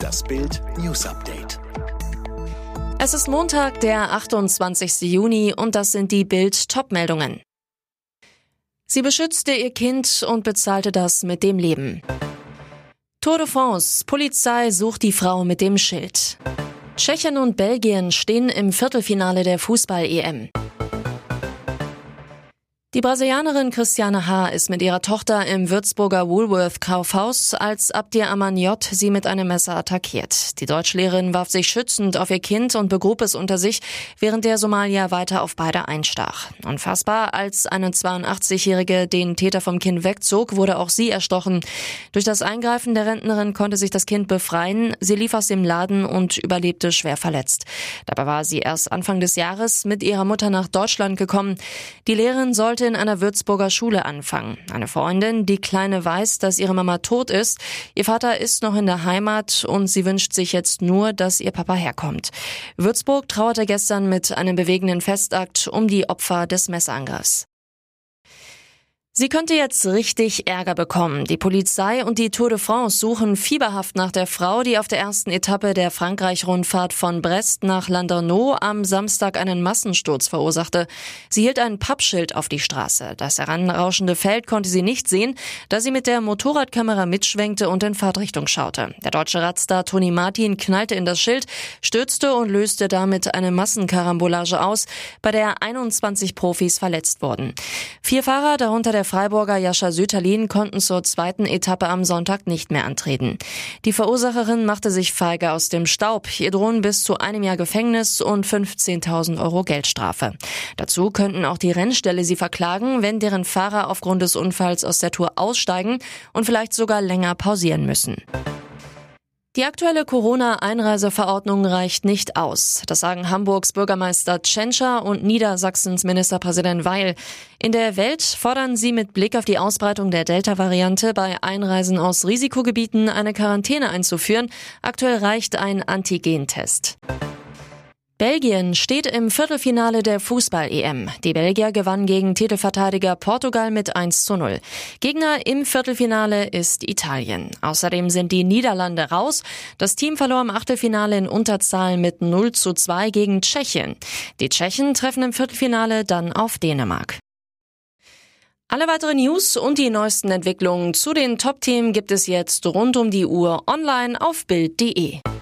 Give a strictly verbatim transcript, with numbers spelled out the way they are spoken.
Das Bild News Update. Es ist Montag, der achtundzwanzigsten Juni, und das sind die Bild-Top-Meldungen. Sie beschützte ihr Kind und bezahlte das mit dem Leben. Tour de France. Polizei sucht die Frau mit dem Schild. Tschechien und Belgien stehen im Viertelfinale der Fußball-E M. Die Brasilianerin Cristiane H. ist mit ihrer Tochter im Würzburger Woolworth-Kaufhaus, als Abdir Aman J. sie mit einem Messer attackiert. Die Deutschlehrerin warf sich schützend auf ihr Kind und begrub es unter sich, während der Somalier weiter auf beide einstach. Unfassbar, als eine zweiundachtzigjährige den Täter vom Kind wegzog, wurde auch sie erstochen. Durch das Eingreifen der Rentnerin konnte sich das Kind befreien. Sie lief aus dem Laden und überlebte schwer verletzt. Dabei war sie erst Anfang des Jahres mit ihrer Mutter nach Deutschland gekommen. Die Lehrerin sollte in einer Würzburger Schule anfangen. Eine Freundin, die Kleine, weiß, dass ihre Mama tot ist. Ihr Vater ist noch in der Heimat und sie wünscht sich jetzt nur, dass ihr Papa herkommt. Würzburg trauerte gestern mit einem bewegenden Festakt um die Opfer des Messerangriffs. Sie könnte jetzt richtig Ärger bekommen. Die Polizei und die Tour de France suchen fieberhaft nach der Frau, die auf der ersten Etappe der Frankreich-Rundfahrt von Brest nach Landerneau am Samstag einen Massensturz verursachte. Sie hielt ein Pappschild auf die Straße. Das heranrauschende Feld konnte sie nicht sehen, da sie mit der Motorradkamera mitschwenkte und in Fahrtrichtung schaute. Der deutsche Radstar Toni Martin knallte in das Schild, stürzte und löste damit eine Massenkarambolage aus, bei der einundzwanzig Profis verletzt wurden. Vier Fahrer, darunter der Freiburger Jascha Sütterlin, konnten zur zweiten Etappe am Sonntag nicht mehr antreten. Die Verursacherin machte sich feige aus dem Staub. Ihr drohen bis zu einem Jahr Gefängnis und fünfzehntausend Euro Geldstrafe. Dazu könnten auch die Rennställe sie verklagen, wenn deren Fahrer aufgrund des Unfalls aus der Tour aussteigen und vielleicht sogar länger pausieren müssen. Die aktuelle Corona-Einreiseverordnung reicht nicht aus. Das sagen Hamburgs Bürgermeister Tschentscher und Niedersachsens Ministerpräsident Weil. In der Welt fordern sie mit Blick auf die Ausbreitung der Delta-Variante bei Einreisen aus Risikogebieten eine Quarantäne einzuführen. Aktuell reicht ein Antigentest. Belgien steht im Viertelfinale der Fußball-E M. Die Belgier gewannen gegen Titelverteidiger Portugal mit eins zu null. Gegner im Viertelfinale ist Italien. Außerdem sind die Niederlande raus. Das Team verlor im Achtelfinale in Unterzahl mit null zu zwei gegen Tschechien. Die Tschechen treffen im Viertelfinale dann auf Dänemark. Alle weiteren News und die neuesten Entwicklungen zu den Top-Themen gibt es jetzt rund um die Uhr online auf Bild punkt de.